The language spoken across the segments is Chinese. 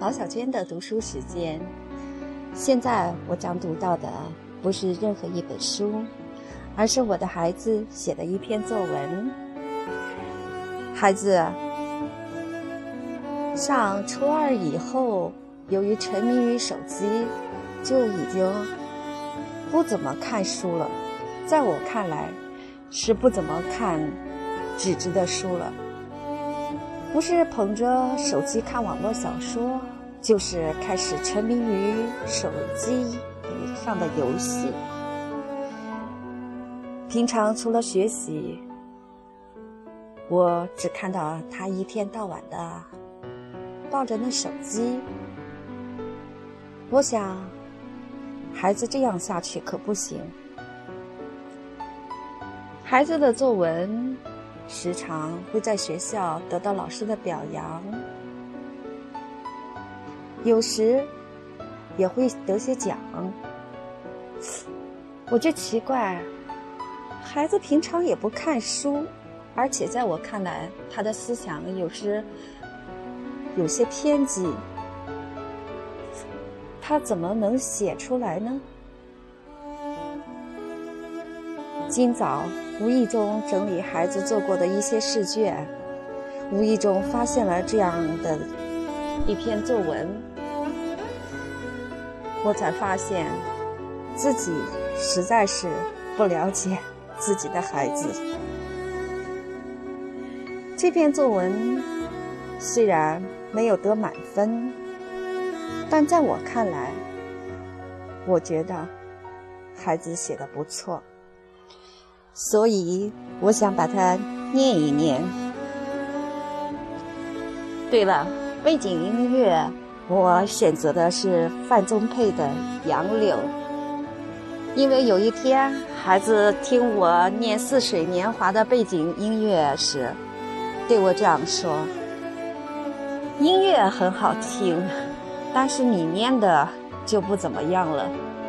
毛小娟的读书时间。现在我将读到的不是任何一本书，而是我的孩子写的一篇作文。孩子上初二以后，由于沉迷于手机，就已经不怎么看书了。在我看来，是不怎么看纸质的书了。不是捧着手机看网络小说，就是开始沉迷于手机上的游戏。平常除了学习，我只看到他一天到晚的抱着那手机。我想，孩子这样下去可不行。孩子的作文时常会在学校得到老师的表扬，有时也会得些奖。我就奇怪，孩子平常也不看书，而且在我看来，他的思想有时有些偏激，他怎么能写出来呢？今早无意中整理孩子做过的一些试卷，无意中发现了这样的一篇作文，我才发现自己实在是不了解自己的孩子。这篇作文虽然没有得满分，但在我看来，我觉得孩子写得不错，所以我想把它念一念。对了，背景音乐我选择的是范宗沛的《杨柳》，因为有一天孩子听我念《似水年华》的背景音乐时，对我这样说：音乐很好听，但是你念的就不怎么样了。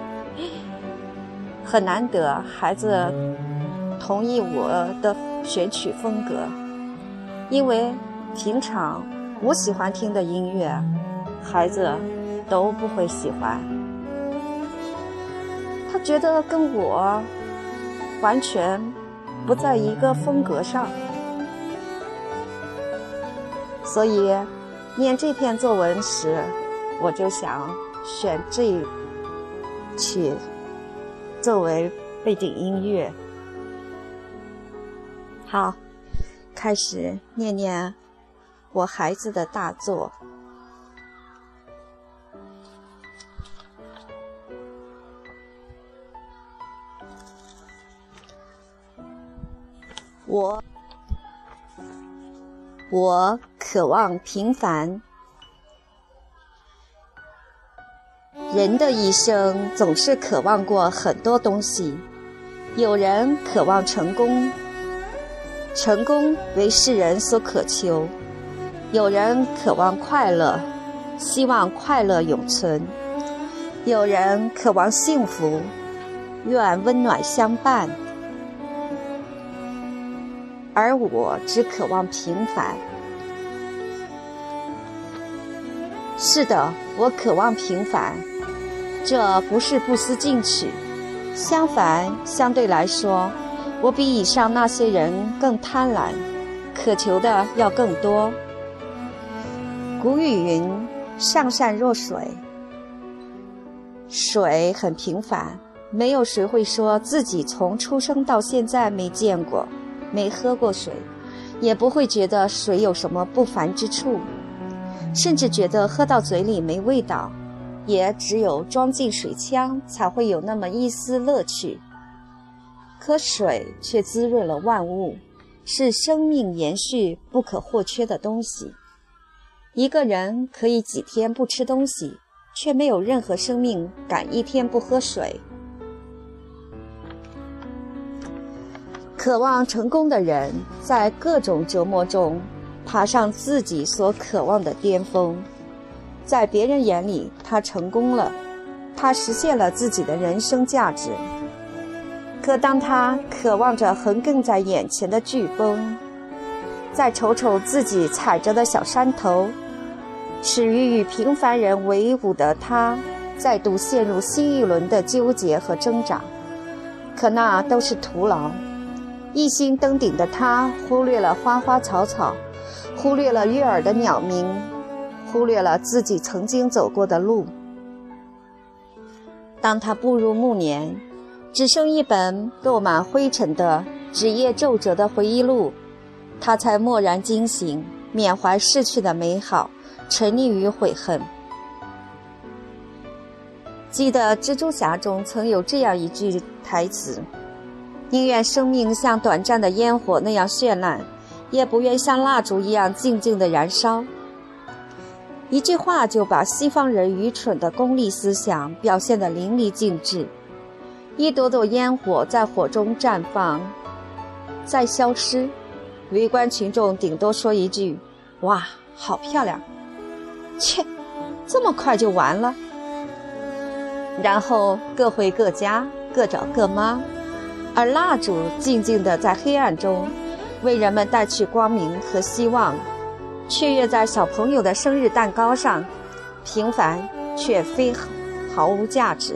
很难得孩子同意我的选曲风格，因为平常我喜欢听的音乐，孩子都不会喜欢。他觉得跟我完全不在一个风格上，所以念这篇作文时，我就想选这曲作为背景音乐。好，开始念念我孩子的大作。我渴望平凡。人的一生总是渴望过很多东西，有人渴望成功，成功为世人所渴求；有人渴望快乐，希望快乐永存；有人渴望幸福，愿温暖相伴。而我只渴望平凡。是的，我渴望平凡，这不是不思进取，相反，相对来说，我比以上那些人更贪婪，渴求的要更多。古语云：上善若水。水很平凡，没有谁会说自己从出生到现在没见过，没喝过水，也不会觉得水有什么不凡之处，甚至觉得喝到嘴里没味道，也只有装进水枪才会有那么一丝乐趣。可水却滋润了万物，是生命延续不可或缺的东西。一个人可以几天不吃东西，却没有任何生命敢一天不喝水。渴望成功的人，在各种折磨中爬上自己所渴望的巅峰，在别人眼里，他成功了，他实现了自己的人生价值。可当他渴望着横亘在眼前的飓风，再瞅瞅自己踩着的小山头， 耻于与平凡人为伍的他，再度陷入新一轮的纠结和挣扎。可那都是徒劳。一心登顶的他，忽略了花花草草，忽略了悦耳的鸟鸣，忽略了自己曾经走过的路。当他步入暮年，只剩一本落满灰尘的纸页皱褶的回忆录，他才蓦然惊醒，缅怀逝去的美好，沉溺于悔恨。记得蜘蛛侠中曾有这样一句台词：宁愿生命像短暂的烟火那样绚烂，也不愿像蜡烛一样静静地燃烧。一句话就把西方人愚蠢的功利思想表现得淋漓尽致。一朵朵烟火在火中绽放，再消失，围观群众顶多说一句：哇，好漂亮！切，这么快就完了。然后各回各家，各找各妈，而蜡烛静静地在黑暗中为人们带去光明和希望，雀跃在小朋友的生日蛋糕上，平凡却非毫无价值。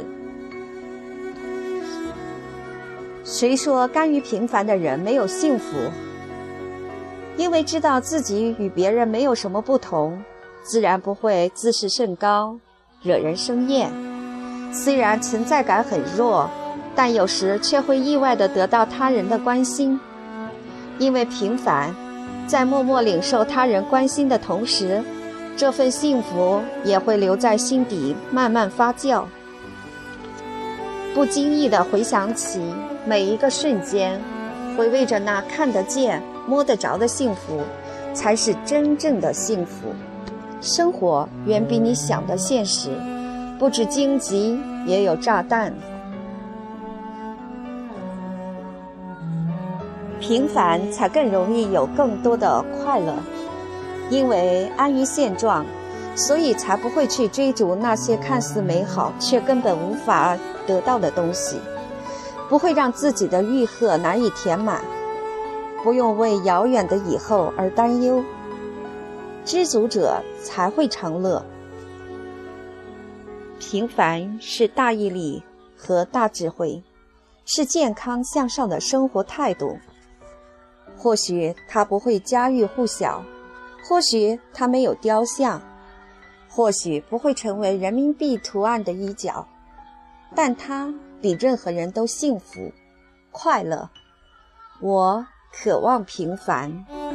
谁说甘于平凡的人没有幸福？因为知道自己与别人没有什么不同，自然不会自视甚高，惹人生厌。虽然存在感很弱，但有时却会意外地得到他人的关心。因为平凡，在默默领受他人关心的同时，这份幸福也会留在心底慢慢发酵。不经意地回想起每一个瞬间，回味着那看得见摸得着的幸福，才是真正的幸福。生活远比你想的现实，不止荆棘，也有炸弹。平凡才更容易有更多的快乐，因为安于现状，所以才不会去追逐那些看似美好却根本无法得到的东西，不会让自己的欲壑难以填满，不用为遥远的以后而担忧。知足者才会长乐。平凡是大毅力和大智慧，是健康向上的生活态度。或许它不会家喻户晓，或许它没有雕像，或许不会成为人民币图案的一角，但它比任何人都幸福、快乐。我渴望平凡。